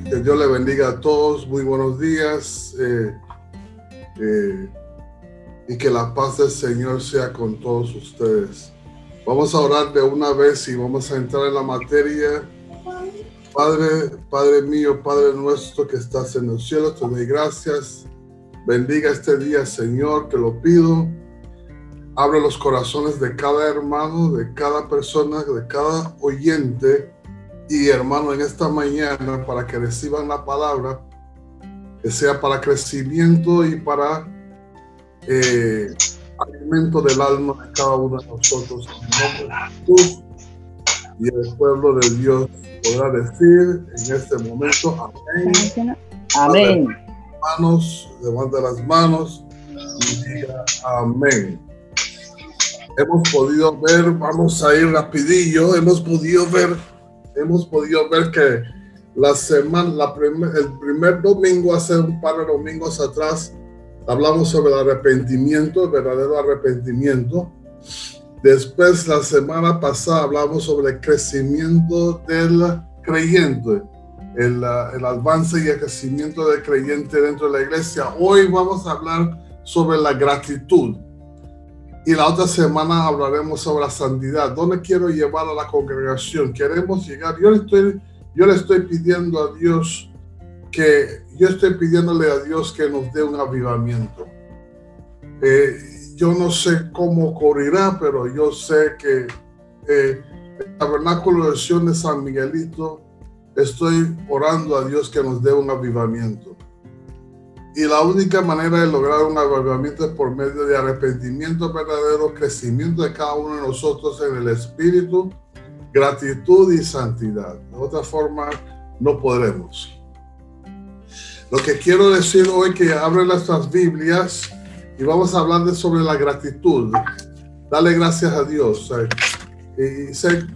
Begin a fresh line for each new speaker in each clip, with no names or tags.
Que Dios le bendiga a todos. Muy buenos días. Y que la paz del Señor sea con todos ustedes. Vamos a orar de una vez y vamos a entrar en la materia. Padre mío, Padre nuestro que estás en los cielos, te doy gracias. Bendiga este día, Señor, te lo pido. Abre los corazones de cada hermano, de cada persona, de cada oyente y hermano en esta mañana para que reciban la palabra, que sea para crecimiento y para alimento del alma de cada uno de nosotros. En el nombre de Jesús, y el pueblo de Dios podrá decir en este momento amén.
Amén.
Levanta las manos y diga amén. Hemos podido ver, vamos a ir rapidillo, hemos podido ver que la semana, el primer domingo, hace un par de domingos atrás, hablamos sobre el arrepentimiento, el verdadero arrepentimiento. Después, la semana pasada, hablamos sobre el crecimiento del creyente, el avance y el crecimiento del creyente dentro de la iglesia. Hoy vamos a hablar sobre la gratitud. Y la otra semana hablaremos sobre la santidad. ¿Dónde quiero llevar a la congregación? Queremos llegar. Yo le estoy pidiendo a Dios pidiéndole a Dios que nos dé un avivamiento. Yo no sé cómo ocurrirá, pero yo sé que el Tabernáculo de Sion de San Miguelito, estoy orando a Dios que nos dé un avivamiento. Y la única manera de lograr un avivamiento es por medio de arrepentimiento verdadero, crecimiento de cada uno de nosotros en el espíritu, gratitud y santidad. De otra forma, no podremos. Lo que quiero decir hoy es que abren nuestras Biblias y vamos a hablar sobre la gratitud. Dale gracias a Dios y ser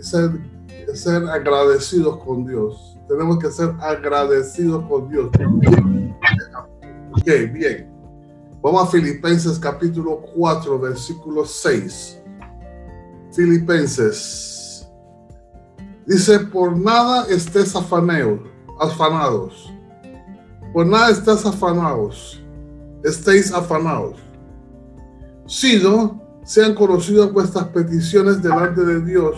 agradecidos con Dios. Tenemos que ser agradecidos con Dios. Ok, bien. Vamos a Filipenses capítulo 4, versículo 6. Filipenses. Dice, por nada estés afanados. Por nada estés afanados. Estéis afanados. Sino sean conocidas vuestras peticiones delante de Dios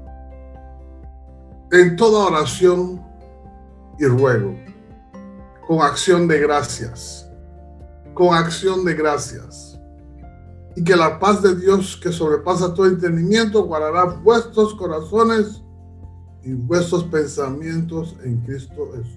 en toda oración y ruego, con acción de gracias. Con acción de gracias. Y que la paz de Dios, que sobrepasa todo entendimiento, guardará vuestros corazones y vuestros pensamientos en Cristo Jesús.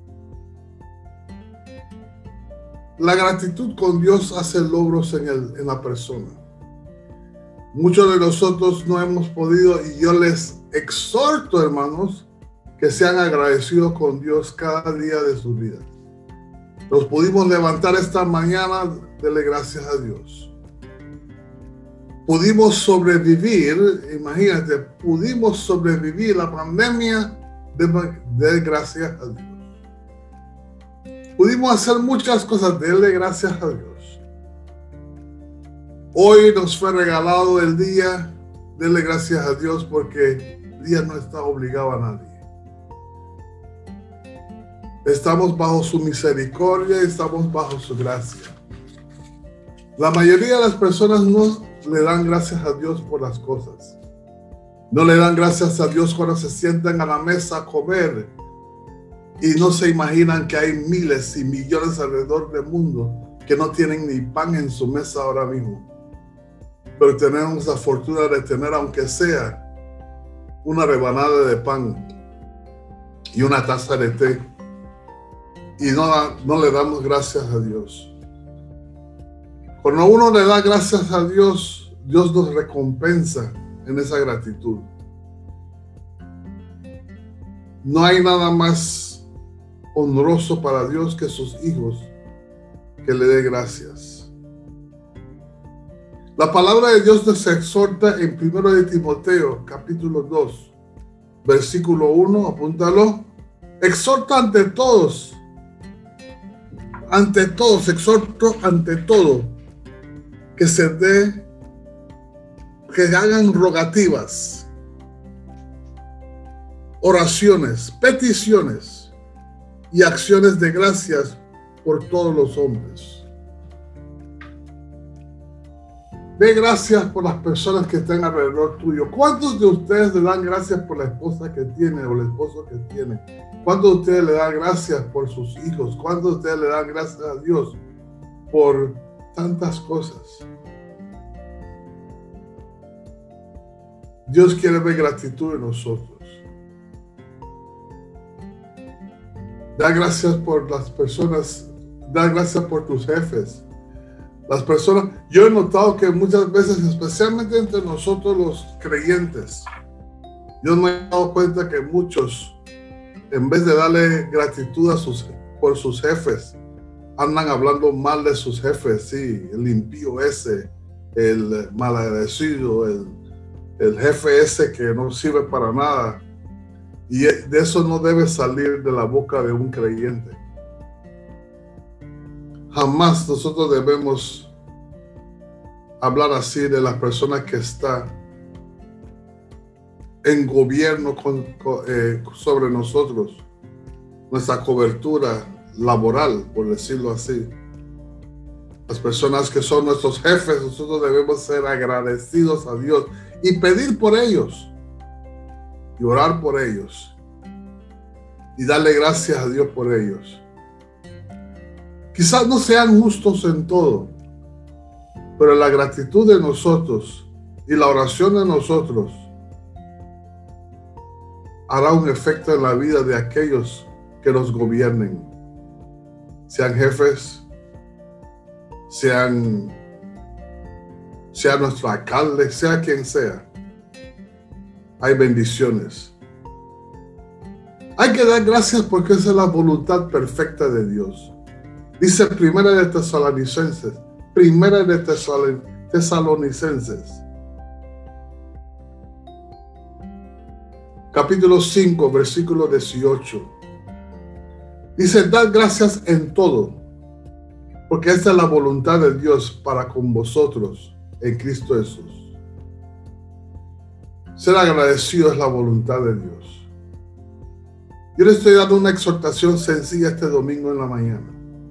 La gratitud con Dios hace logros en la persona. Muchos de nosotros no hemos podido, y yo les exhorto, hermanos, que sean agradecidos con Dios cada día de sus vidas. Nos pudimos levantar esta mañana, dele gracias a Dios. Pudimos sobrevivir, imagínate, pudimos sobrevivir la pandemia de gracias a Dios. Pudimos hacer muchas cosas, dele gracias a Dios. Hoy nos fue regalado el día, dele gracias a Dios porque el día no está obligado a nadie. Estamos bajo su misericordia, estamos bajo su gracia. La mayoría de las personas no le dan gracias a Dios por las cosas. No le dan gracias a Dios cuando se sientan a la mesa a comer y no se imaginan que hay miles y millones alrededor del mundo que no tienen ni pan en su mesa ahora mismo. Pero tenemos la fortuna de tener, aunque sea, una rebanada de pan y una taza de té. Y no le damos gracias a Dios. Cuando uno le da gracias a Dios, Dios nos recompensa en esa gratitud. No hay nada más honroso para Dios que sus hijos que le dé gracias. La palabra de Dios nos exhorta en 1 de Timoteo, capítulo 2, versículo 1, apúntalo. Exhorta ante todos, exhorto ante todo, que hagan rogativas, oraciones, peticiones y acciones de gracias por todos los hombres. Dé gracias por las personas que están alrededor tuyo. ¿Cuántos de ustedes le dan gracias por la esposa que tiene o el esposo que tiene? ¿Cuántos de ustedes le dan gracias por sus hijos? ¿Cuántos de ustedes le dan gracias a Dios por tantas cosas? Dios quiere ver gratitud en nosotros. Da gracias por las personas, da gracias por tus jefes. Las personas, yo he notado que muchas veces, especialmente entre nosotros los creyentes, yo me he dado cuenta que muchos, en vez de darle gratitud por sus jefes, andan hablando mal de sus jefes, sí, el impío ese, el malagradecido, el jefe ese que no sirve para nada. Y de eso no debe salir de la boca de un creyente. Jamás nosotros debemos hablar así de las personas que están en gobierno sobre nosotros, nuestra cobertura laboral, por decirlo así. Las personas que son nuestros jefes, nosotros debemos ser agradecidos a Dios y pedir por ellos y orar por ellos y darle gracias a Dios por ellos. Quizás no sean justos en todo, pero la gratitud de nosotros y la oración de nosotros hará un efecto en la vida de aquellos que nos gobiernen, sean jefes, sean nuestro alcalde, sea quien sea. Hay bendiciones. Hay que dar gracias porque esa es la voluntad perfecta de Dios. Dice Primera de Tesalonicenses, capítulo 5, versículo 18. Dice, dad gracias en todo, porque esta es la voluntad de Dios para con vosotros en Cristo Jesús. Ser agradecido es la voluntad de Dios. Yo le estoy dando una exhortación sencilla este domingo en la mañana,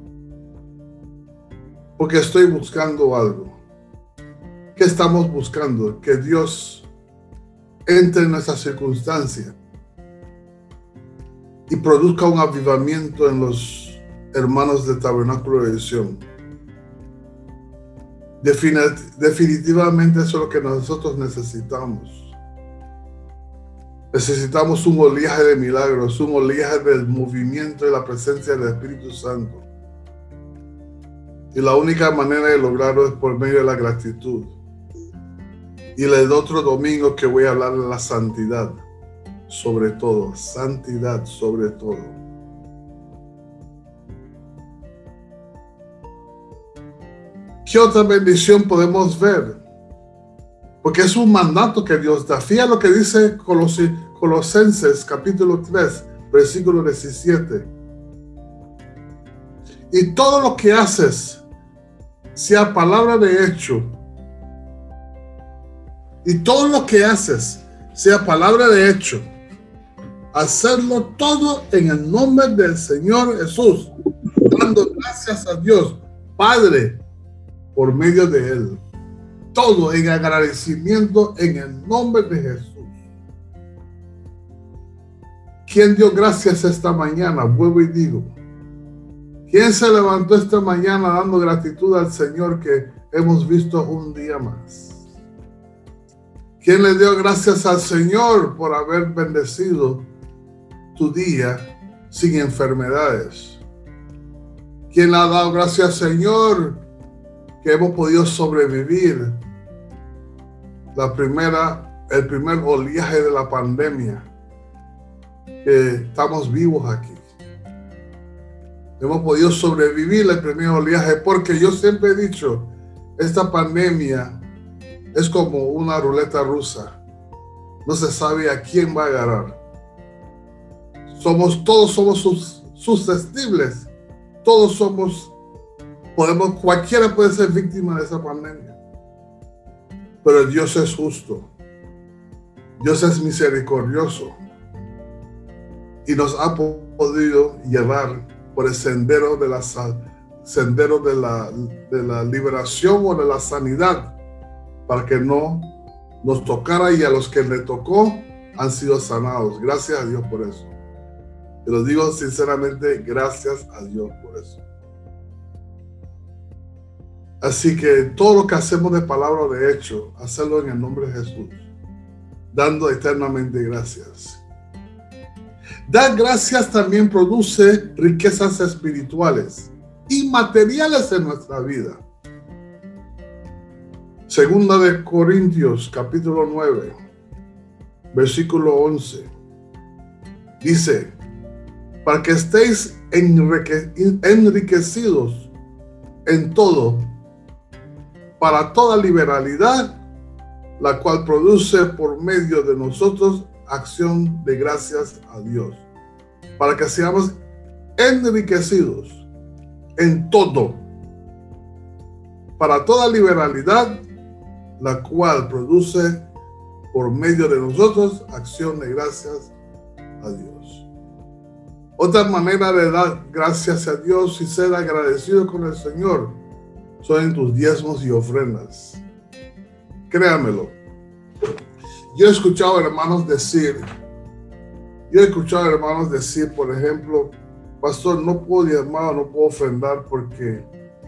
porque estoy buscando algo. ¿Qué estamos buscando? Que Dios entre en nuestra circunstancia y produzca un avivamiento en los hermanos del Tabernáculo de Visión. Definitivamente eso es lo que nosotros necesitamos. Necesitamos un oleaje de milagros, un oleaje del movimiento y la presencia del Espíritu Santo. Y la única manera de lograrlo es por medio de la gratitud. Y el otro domingo que voy a hablar de la santidad, sobre todo, santidad sobre todo. ¿Qué otra bendición podemos ver? Porque es un mandato que Dios da. Fíjate lo que dice Colosenses capítulo 3, versículo 17. Y todo lo que haces, sea palabra de hecho, y todo lo que haces, sea palabra de hecho, hacerlo todo en el nombre del Señor Jesús, dando gracias a Dios, Padre, por medio de Él. Todo en agradecimiento en el nombre de Jesús. ¿Quién dio gracias esta mañana? Vuelvo y digo. ¿Quién se levantó esta mañana dando gratitud al Señor que hemos visto un día más? ¿Quién le dio gracias al Señor por haber bendecido tu día sin enfermedades? ¿Quién le ha dado gracias al Señor que hemos podido sobrevivir el primer oleaje de la pandemia? Que estamos vivos aquí. Hemos podido sobrevivir el primer oleaje, porque yo siempre he dicho, esta pandemia es como una ruleta rusa. No se sabe a quién va a agarrar. Todos somos susceptibles. Cualquiera puede ser víctima de esa pandemia. Pero Dios es justo. Dios es misericordioso. Y nos ha podido llevar por el sendero de la liberación o de la sanidad, para que no nos tocara, y a los que le tocó han sido sanados. Gracias a Dios por eso. Te lo digo sinceramente, gracias a Dios por eso. Así que todo lo que hacemos de palabra o de hecho, hacerlo en el nombre de Jesús, dando eternamente gracias. Dar gracias también produce riquezas espirituales y materiales en nuestra vida. Segunda de Corintios, capítulo 9, versículo 11. Dice, para que estéis enriquecidos en todo, para toda liberalidad, la cual produce por medio de nosotros acción de gracias a Dios, para que seamos enriquecidos en todo, para toda liberalidad, la cual produce por medio de nosotros acción de gracias a Dios. Otra manera de dar gracias a Dios y ser agradecido con el Señor son en tus diezmos y ofrendas. Créanmelo. Yo he escuchado hermanos decir, por ejemplo, pastor, no puedo diezmar, no puedo ofrendar porque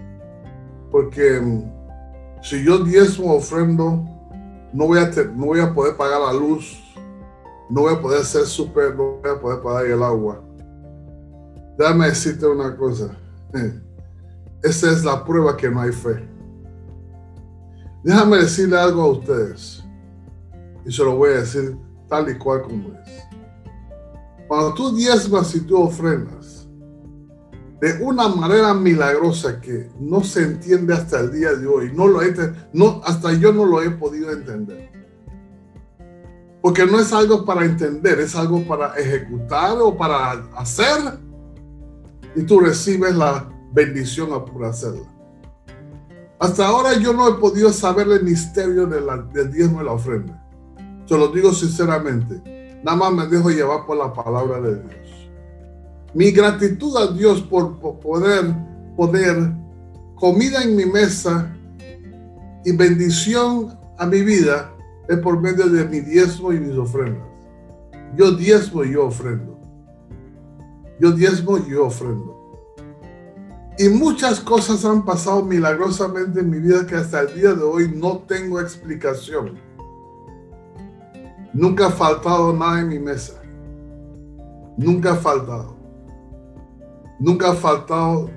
si yo diezmo o ofrendo, no voy a poder pagar la luz, no voy a poder hacer súper, no voy a poder pagar el agua. Déjame decirte una cosa. Esa es la prueba que no hay fe. Déjame decirle algo a ustedes. Y se lo voy a decir tal y cual como es. Cuando tú diezmas y tú ofrendas, de una manera milagrosa que no se entiende hasta el día de hoy, hasta yo no lo he podido entender. Porque no es algo para entender, es algo para ejecutar o para hacer, y tú recibes la bendición por hacerla. Hasta ahora yo no he podido saber el misterio del diezmo y la ofrenda. Se lo digo sinceramente, nada más me dejo llevar por la palabra de Dios. Mi gratitud a Dios por poder comida en mi mesa y bendición a mi vida es por medio de mi diezmo y mis ofrendas. Yo diezmo y yo ofrendo. Yo diezmo y yo ofrendo. Y muchas cosas han pasado milagrosamente en mi vida que hasta el día de hoy no tengo explicación. Nunca ha faltado nada en mi mesa. Nunca ha faltado. Nunca ha faltado.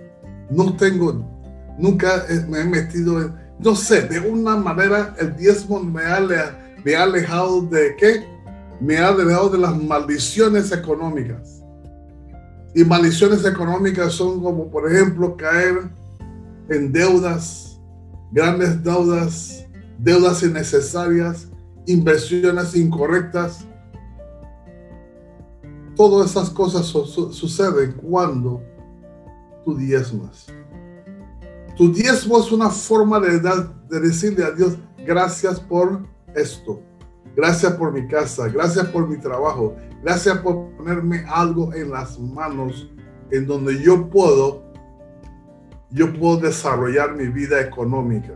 Nunca me he metido en, no sé, de una manera el diezmo me ha alejado de ¿qué? Me ha alejado de las maldiciones económicas. Y maldiciones económicas son como, por ejemplo, caer en deudas, grandes deudas, deudas innecesarias, inversiones incorrectas. Todas esas cosas suceden cuando tú diezmas. Tu diezmo es una forma de decirle a Dios, gracias por esto. Gracias por mi casa, gracias por mi trabajo, gracias por ponerme algo en las manos en donde yo puedo desarrollar mi vida económica.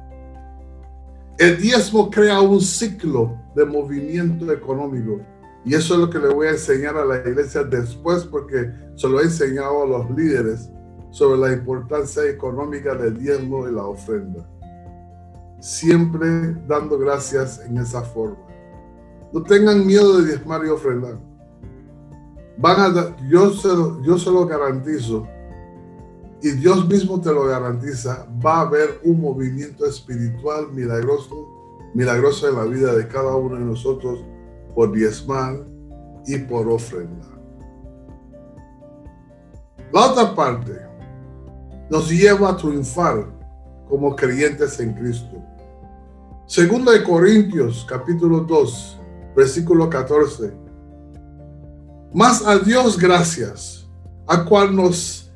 El diezmo crea un ciclo de movimiento económico y eso es lo que le voy a enseñar a la iglesia después, porque se lo he enseñado a los líderes sobre la importancia económica del diezmo y la ofrenda. Siempre dando gracias en esa forma. No tengan miedo de diezmar y ofrendar. Yo se lo garantizo, y Dios mismo te lo garantiza, va a haber un movimiento espiritual milagroso en la vida de cada uno de nosotros por diezmar y por ofrendar. La otra parte nos lleva a triunfar como creyentes en Cristo. Segunda de Corintios, capítulo 2, versículo 14. Mas a Dios gracias, a cual nos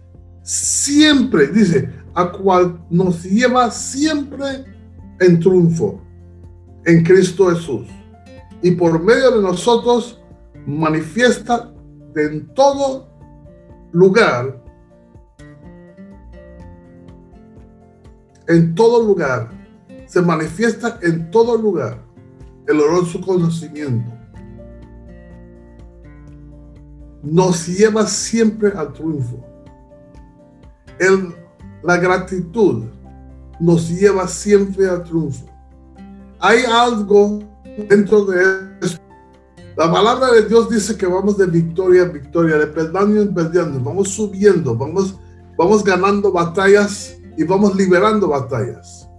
lleva siempre en triunfo en Cristo Jesús, y por medio de nosotros manifiesta de en todo lugar, se manifiesta en todo lugar el olor de su conocimiento. Nos lleva siempre al triunfo. La gratitud nos lleva siempre al triunfo. Hay algo dentro de eso. La palabra de Dios dice que vamos de victoria en victoria, de peldaño en peldaño, vamos subiendo, vamos ganando batallas y vamos liberando batallas.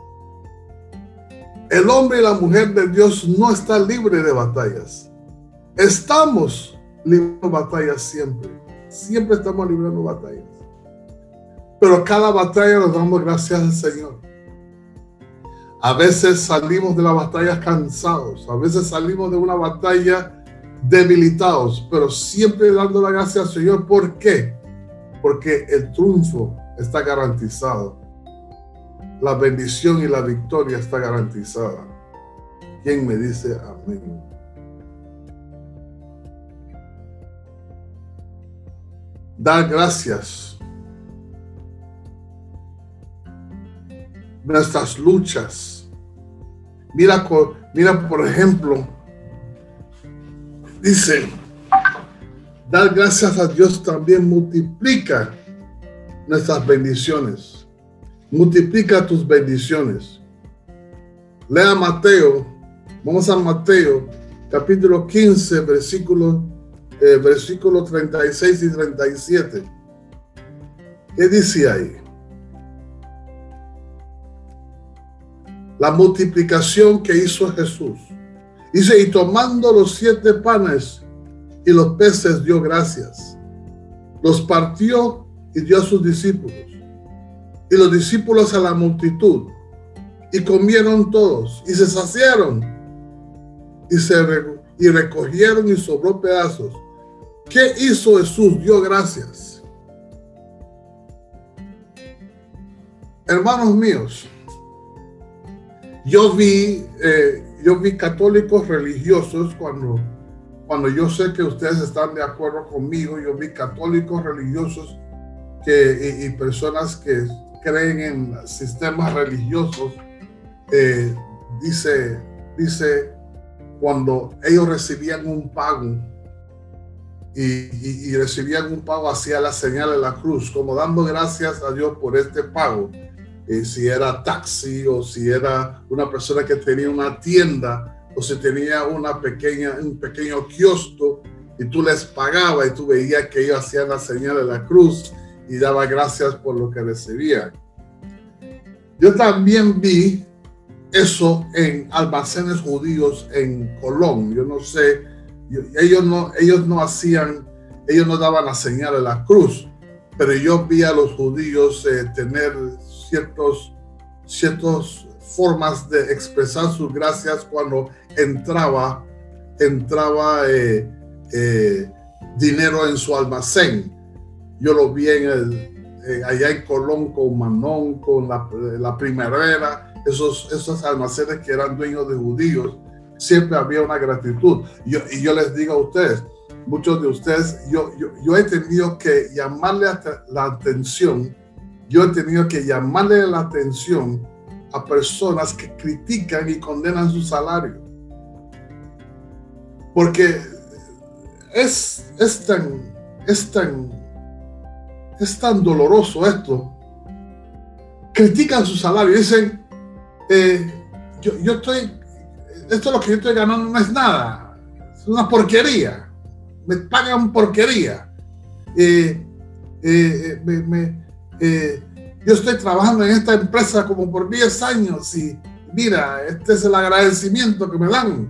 El hombre y la mujer de Dios no están libres de batallas. Estamos librando batallas siempre. Siempre estamos librando batallas. Pero cada batalla nos damos gracias al Señor. A veces salimos de la batalla cansados. A veces salimos de una batalla debilitados. Pero siempre dando la gracia al Señor. ¿Por qué? Porque el triunfo está garantizado. La bendición y la victoria está garantizada. ¿Quién me dice amén? Dar gracias. Nuestras luchas. Mira, por ejemplo, dice, dar gracias a Dios también multiplica nuestras bendiciones. Multiplica tus bendiciones. Lea Mateo. Vamos a Mateo, capítulo 15, versículo 36 y 37. ¿Qué dice ahí? La multiplicación que hizo Jesús. Dice, y tomando los 7 panes y los peces dio gracias. Los partió y dio a sus discípulos. Y los discípulos a la multitud. Y comieron todos y se saciaron. Y recogieron y sobró pedazos. ¿Qué hizo Jesús? Dio gracias. Hermanos míos, yo vi católicos religiosos cuando yo sé que ustedes están de acuerdo conmigo. Yo vi católicos religiosos y personas que creen en sistemas religiosos. Dice cuando ellos recibían un pago y recibían un pago, hacía la señal de la cruz, como dando gracias a Dios por este pago. Si era taxi o si era una persona que tenía una tienda o si tenía un pequeño kiosco y tú les pagabas y tú veías que ellos hacían la señal de la cruz y daba gracias por lo que recibían. Yo también vi eso en almacenes judíos en Colón. Yo no sé, ellos no daban la señal de la cruz, pero yo vi a los judíos tener ciertas formas de expresar sus gracias cuando entraba dinero en su almacén. Yo lo vi allá en Colón con Manón, con la Primavera, esos almacenes que eran dueños de judíos. Siempre había una gratitud. Y yo les digo a ustedes, muchos de ustedes, yo he tenido que llamarle la atención. Yo he tenido que llamarle la atención a personas que critican y condenan su salario. Porque es tan doloroso esto. Critican su salario y dicen, esto es lo que yo estoy ganando, no es nada. Es una porquería. Me pagan porquería. Yo estoy trabajando en esta empresa como por 10 años y mira, este es el agradecimiento que me dan.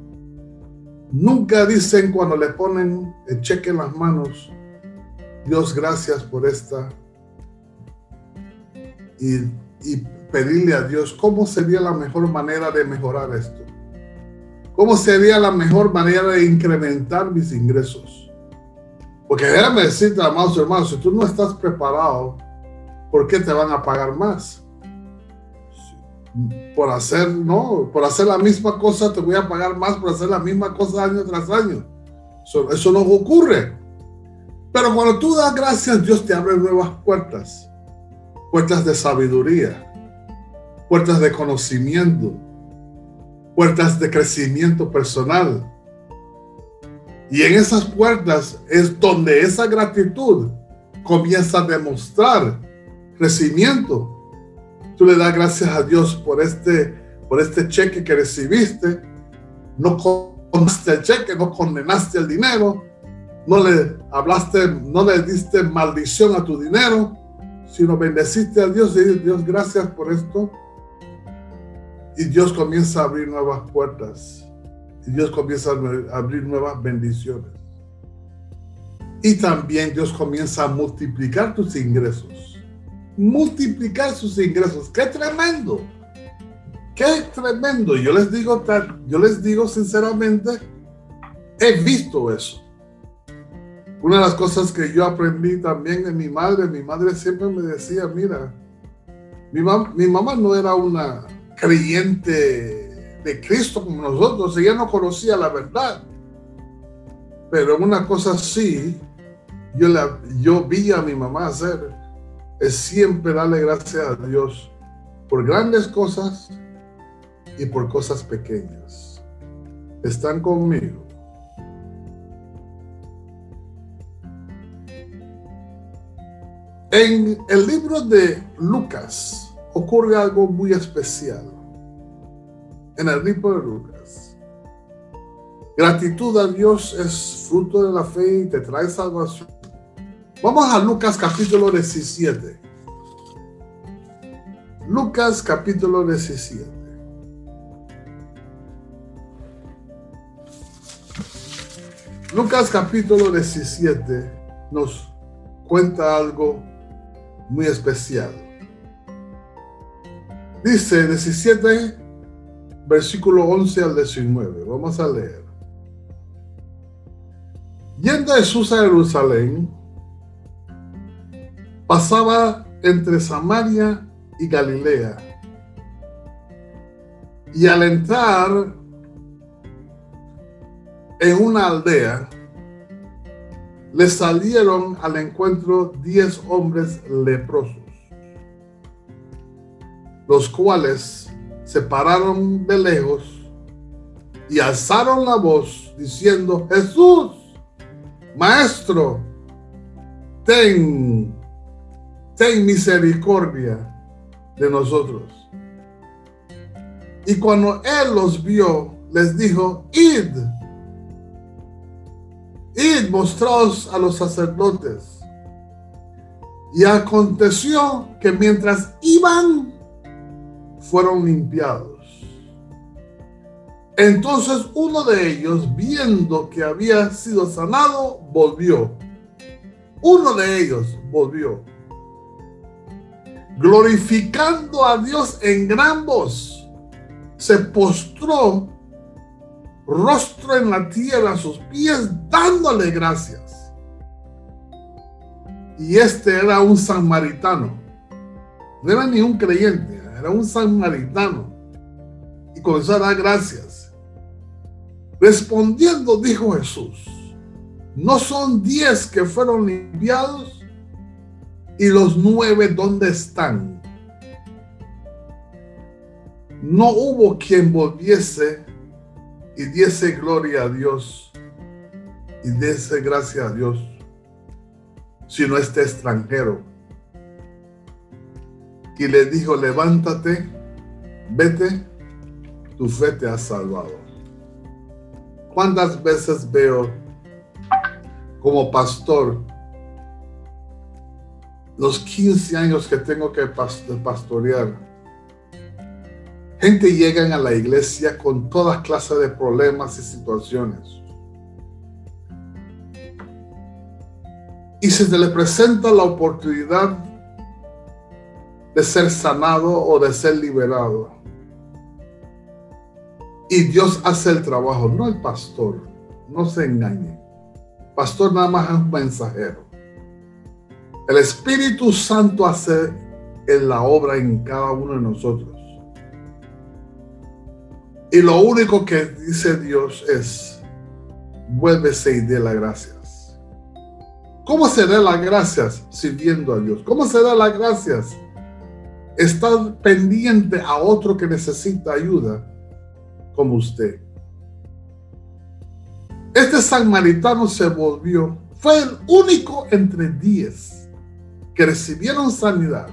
Nunca dicen cuando le ponen el cheque en las manos, Dios, gracias por esta, y pedirle a Dios cómo sería la mejor manera de mejorar esto. ¿Cómo sería la mejor manera de incrementar mis ingresos? Porque déjame decirte, amados hermanos, si tú no estás preparado, ¿por qué te van a pagar más? Por hacer la misma cosa te voy a pagar más por hacer la misma cosa año tras año. Eso no ocurre. Pero cuando tú das gracias, Dios te abre nuevas puertas. Puertas de sabiduría, puertas de conocimiento, puertas de crecimiento personal. Y en esas puertas es donde esa gratitud comienza a demostrar crecimiento. Tú le das gracias a Dios por este cheque que recibiste. No condenaste el cheque, no condenaste el dinero, no le diste maldición a tu dinero, sino bendeciste a Dios y dijiste: Dios, gracias por esto. Y Dios comienza a abrir nuevas puertas. Y Dios comienza a abrir nuevas bendiciones. Y también Dios comienza a multiplicar tus ingresos. Multiplicar sus ingresos. ¡Qué tremendo! ¡Qué tremendo! Yo les digo sinceramente, he visto eso. Una de las cosas que yo aprendí también de mi madre siempre me decía: mira, mi mamá no era una creyente de Cristo como nosotros, ella no conocía la verdad. Pero una cosa sí, yo vi a mi mamá hacer, es siempre darle gracias a Dios por grandes cosas y por cosas pequeñas. ¿Están conmigo? En el libro de Lucas ocurre algo muy especial. En el libro de Lucas, gratitud a Dios es fruto de la fe y te trae salvación. Vamos a Lucas capítulo 17. Lucas capítulo 17. Lucas capítulo 17 nos cuenta algo muy especial. Dice 17, versículo 11 al 19. Vamos a leer. Yendo Jesús a Jerusalén, pasaba entre Samaria y Galilea. Y al entrar en una aldea, le salieron al encuentro 10 hombres leprosos, los cuales se pararon de lejos y alzaron la voz diciendo: Jesús, Maestro, ten misericordia de nosotros. Y cuando él los vio, les dijo: Id, mostraos a los sacerdotes. Y aconteció que mientras iban, fueron limpiados. Entonces uno de ellos, viendo que había sido sanado, volvió. Uno de ellos volvió, glorificando a Dios en gran voz, se postró rostro en la tierra a sus pies, dándole gracias. Y este era un samaritano. No era ni un creyente, era un samaritano. Y comenzó a dar gracias. Respondiendo, dijo Jesús: ¿no son 10 que fueron limpiados? ¿Y los 9 dónde están? No hubo quien volviese y diese gloria a Dios y diese gracia a Dios, sino este extranjero. Y le dijo: levántate, vete, tu fe te ha salvado. ¿Cuántas veces veo como pastor, los 15 años que tengo que pastorear, gente llega a la iglesia con todas clases de problemas y situaciones, y se le presenta la oportunidad de ser sanado o de ser liberado, y Dios hace el trabajo, no el pastor. No se engañe, pastor nada más es un mensajero. El Espíritu Santo hace la obra en cada uno de nosotros. Y lo único que dice Dios es: vuélvese y dé las gracias. ¿Cómo se da las gracias? Sirviendo a Dios. ¿Cómo se da las gracias? Estar pendiente a otro que necesita ayuda como usted. Este samaritano se volvió, fue el único entre 10 que recibieron sanidad.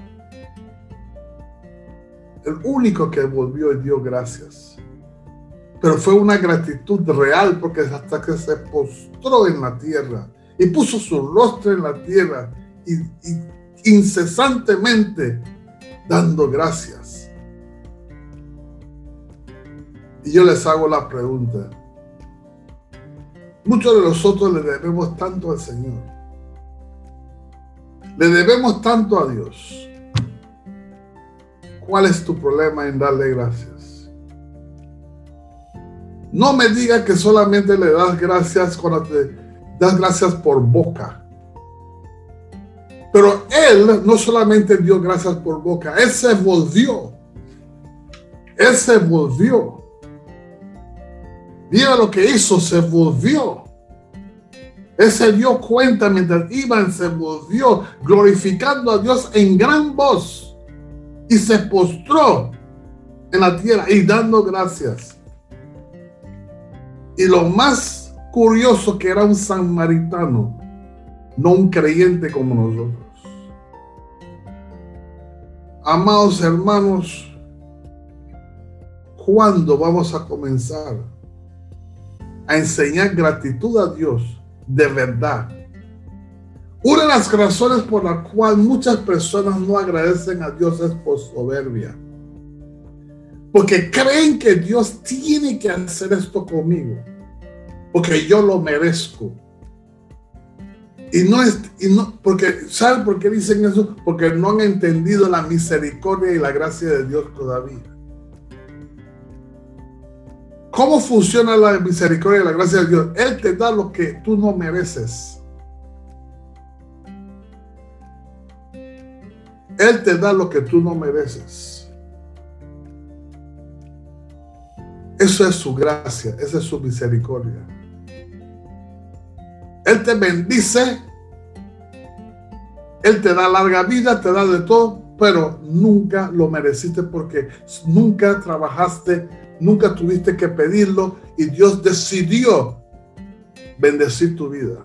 El único que volvió y dio gracias. Pero fue una gratitud real, porque hasta que se postró en la tierra y puso su rostro en la tierra y incesantemente dando gracias. Y yo les hago la pregunta. Muchos de nosotros le debemos tanto al Señor. Le debemos tanto a Dios. ¿Cuál es tu problema en darle gracias? No me digas que solamente le das gracias cuando te das gracias por boca. Pero Él no solamente dio gracias por boca, Él se volvió. Él se volvió. Mira lo que hizo, se volvió. Él se dio cuenta mientras iban, se volvió, glorificando a Dios en gran voz. Y se postró en la tierra y dando gracias. Y lo más curioso, que era un samaritano, no un creyente como nosotros. Amados hermanos, ¿cuándo vamos a comenzar a enseñar gratitud a Dios de verdad? Una de las razones por la cual muchas personas no agradecen a Dios es por soberbia. Porque creen que Dios tiene que hacer esto conmigo, porque yo lo merezco. Porque, ¿saben por qué dicen eso? Porque no han entendido la misericordia y la gracia de Dios todavía. ¿Cómo funciona la misericordia y la gracia de Dios? Él te da lo que tú no mereces. Él te da lo que tú no mereces. Eso es su gracia, esa es su misericordia. Él te bendice, Él te da larga vida, te da de todo, pero nunca lo mereciste porque nunca trabajaste, nunca tuviste que pedirlo y Dios decidió bendecir tu vida.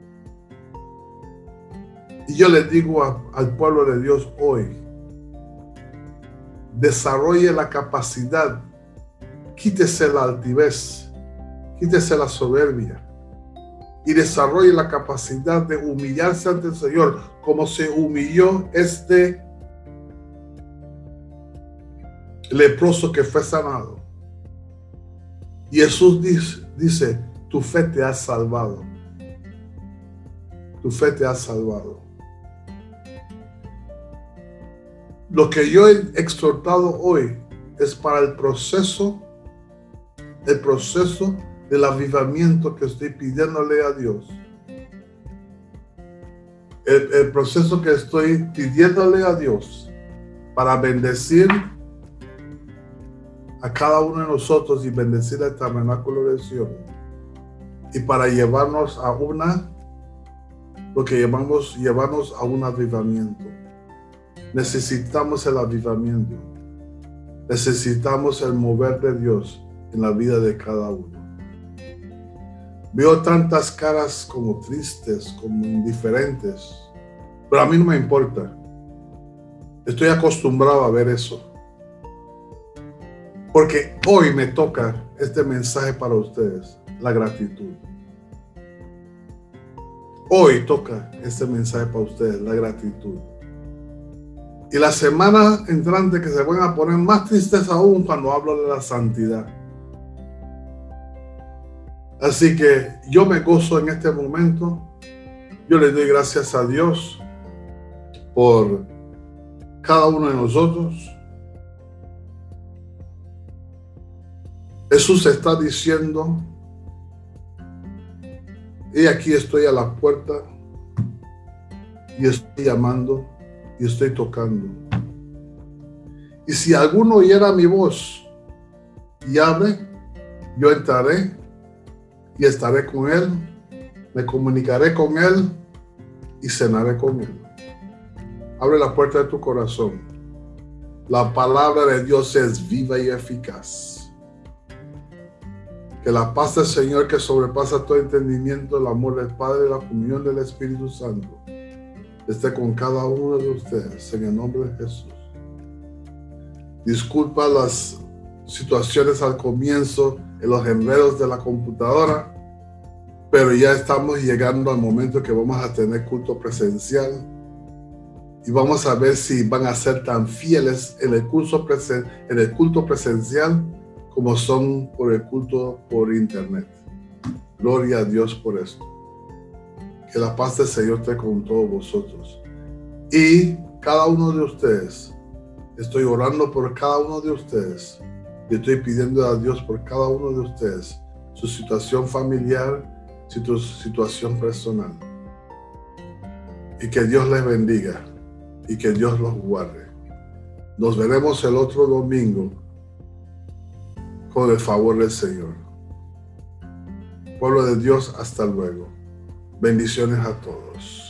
Y yo les digo al pueblo de Dios hoy, desarrolle la capacidad, quítese la altivez, quítese la soberbia y desarrolle la capacidad de humillarse ante el Señor como se humilló este leproso que fue sanado. Y Jesús dice, tu fe te ha salvado. Tu fe te ha salvado. Lo que yo he exhortado hoy es para el proceso del avivamiento que estoy pidiéndole a Dios. El proceso que estoy pidiéndole a Dios para bendecir a cada uno de nosotros y bendecir al tabernáculo de Sion. Y para llevarnos a llevarnos a un avivamiento. Necesitamos el avivamiento. Necesitamos el mover de Dios en la vida de cada uno. Veo tantas caras como tristes, como indiferentes, pero a mí no me importa. Estoy acostumbrado a ver eso. Porque hoy me toca este mensaje para ustedes, la gratitud. Hoy toca este mensaje para ustedes, la gratitud. Y la semana entrante que se van a poner más tristes aún cuando hablo de la santidad. Así que yo me gozo en este momento. Yo le doy gracias a Dios por cada uno de nosotros. Jesús está diciendo, y aquí estoy a la puerta y estoy llamando y estoy tocando. Y si alguno oyera mi voz y abre, yo entraré y estaré con él, me comunicaré con él y cenaré con él. Abre la puerta de tu corazón. La palabra de Dios es viva y eficaz. Que la paz del Señor, que sobrepasa todo entendimiento, el amor del Padre, la comunión del Espíritu Santo, esté con cada uno de ustedes en el nombre de Jesús. Disculpa las situaciones al comienzo, en los enredos de la computadora, pero ya estamos llegando al momento que vamos a tener culto presencial y vamos a ver si van a ser tan fieles en el culto presencial como son por el culto por internet. Gloria a Dios por esto. Que la paz del Señor esté con todos vosotros. Y cada uno de ustedes, estoy orando por cada uno de ustedes. Y estoy pidiendo a Dios por cada uno de ustedes, su situación familiar, su situación personal. Y que Dios les bendiga y que Dios los guarde. Nos veremos el otro domingo con el favor del Señor. Pueblo de Dios, hasta luego. Bendiciones a todos.